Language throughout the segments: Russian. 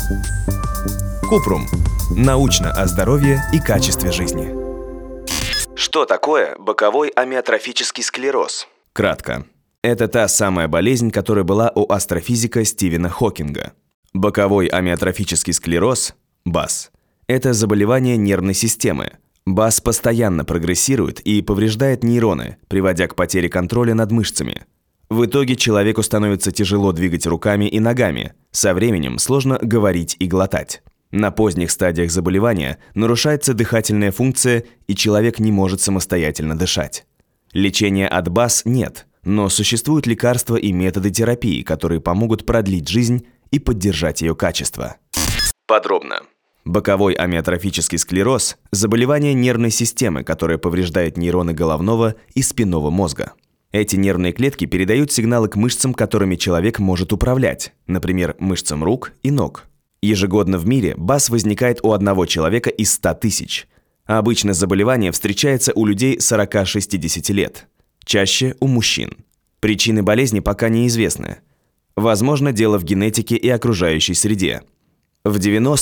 Купрум. Научно о здоровье и качестве жизни. Что такое боковой амиотрофический склероз? Кратко. Это та самая болезнь, которая была у астрофизика Стивена Хокинга. Боковой амиотрофический склероз, БАС, это заболевание нервной системы. БАС постоянно прогрессирует и повреждает нейроны, приводя к потере контроля над мышцами. В итоге человеку становится тяжело двигать руками и ногами, со временем сложно говорить и глотать. На поздних стадиях заболевания нарушается дыхательная функция, и человек не может самостоятельно дышать. Лечения от БАС нет, но существуют лекарства и методы терапии, которые помогут продлить жизнь и поддержать ее качество. Подробно. Боковой амиотрофический склероз – заболевание нервной системы, которое повреждает нейроны головного и спинного мозга. Эти нервные клетки передают сигналы к мышцам, которыми человек может управлять, например, мышцам рук и ног. Ежегодно в мире БАС возникает у одного человека из 100 тысяч. Обычно заболевание встречается у людей 40-60 лет, чаще у мужчин. Причины болезни пока неизвестны. Возможно, дело в генетике и окружающей среде. В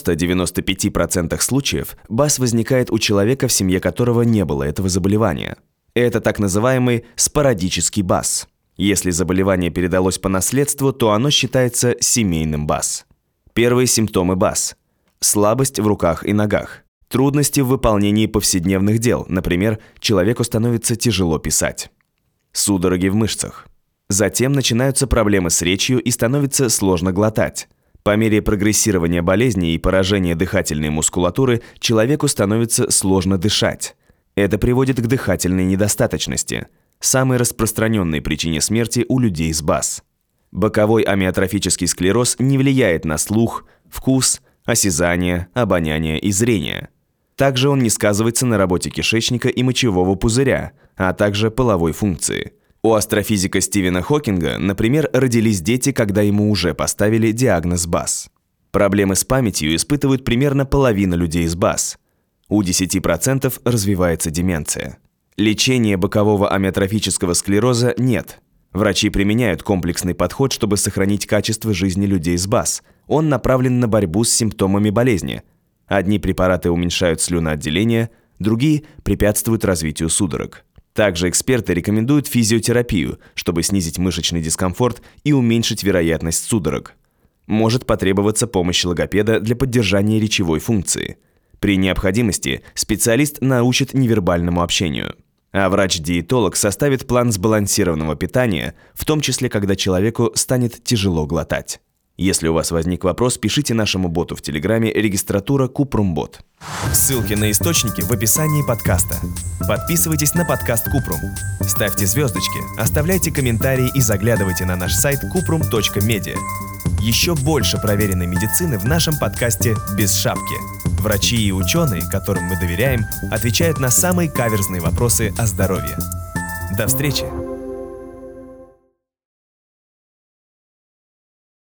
90-95% случаев БАС возникает у человека, в семье которого не было этого заболевания. Это так называемый спорадический БАС. Если заболевание передалось по наследству, то оно считается семейным БАС. Первые симптомы БАС. Слабость в руках и ногах. Трудности в выполнении повседневных дел, например, человеку становится тяжело писать. Судороги в мышцах. Затем начинаются проблемы с речью и становится сложно глотать. По мере прогрессирования болезни и поражения дыхательной мускулатуры человеку становится сложно дышать. Это приводит к дыхательной недостаточности, самой распространенной причине смерти у людей с БАС. Боковой амиотрофический склероз не влияет на слух, вкус, осязание, обоняние и зрение. Также он не сказывается на работе кишечника и мочевого пузыря, а также половой функции. У астрофизика Стивена Хокинга, например, родились дети, когда ему уже поставили диагноз БАС. Проблемы с памятью испытывают примерно половина людей с БАС. У 10% развивается деменция. Лечения бокового амиотрофического склероза нет. Врачи применяют комплексный подход, чтобы сохранить качество жизни людей с БАС. Он направлен на борьбу с симптомами болезни. Одни препараты уменьшают слюноотделение, другие препятствуют развитию судорог. Также эксперты рекомендуют физиотерапию, чтобы снизить мышечный дискомфорт и уменьшить вероятность судорог. Может потребоваться помощь логопеда для поддержания речевой функции. При необходимости специалист научит невербальному общению. А врач-диетолог составит план сбалансированного питания, в том числе, когда человеку станет тяжело глотать. Если у вас возник вопрос, пишите нашему боту в Телеграме регистратура Купрумбот. Ссылки на источники в описании подкаста. Подписывайтесь на подкаст Купрум. Ставьте звездочки, оставляйте комментарии и заглядывайте на наш сайт kuprum.media. Еще больше проверенной медицины в нашем подкасте «Без шапки». Врачи и ученые, которым мы доверяем, отвечают на самые каверзные вопросы о здоровье. До встречи!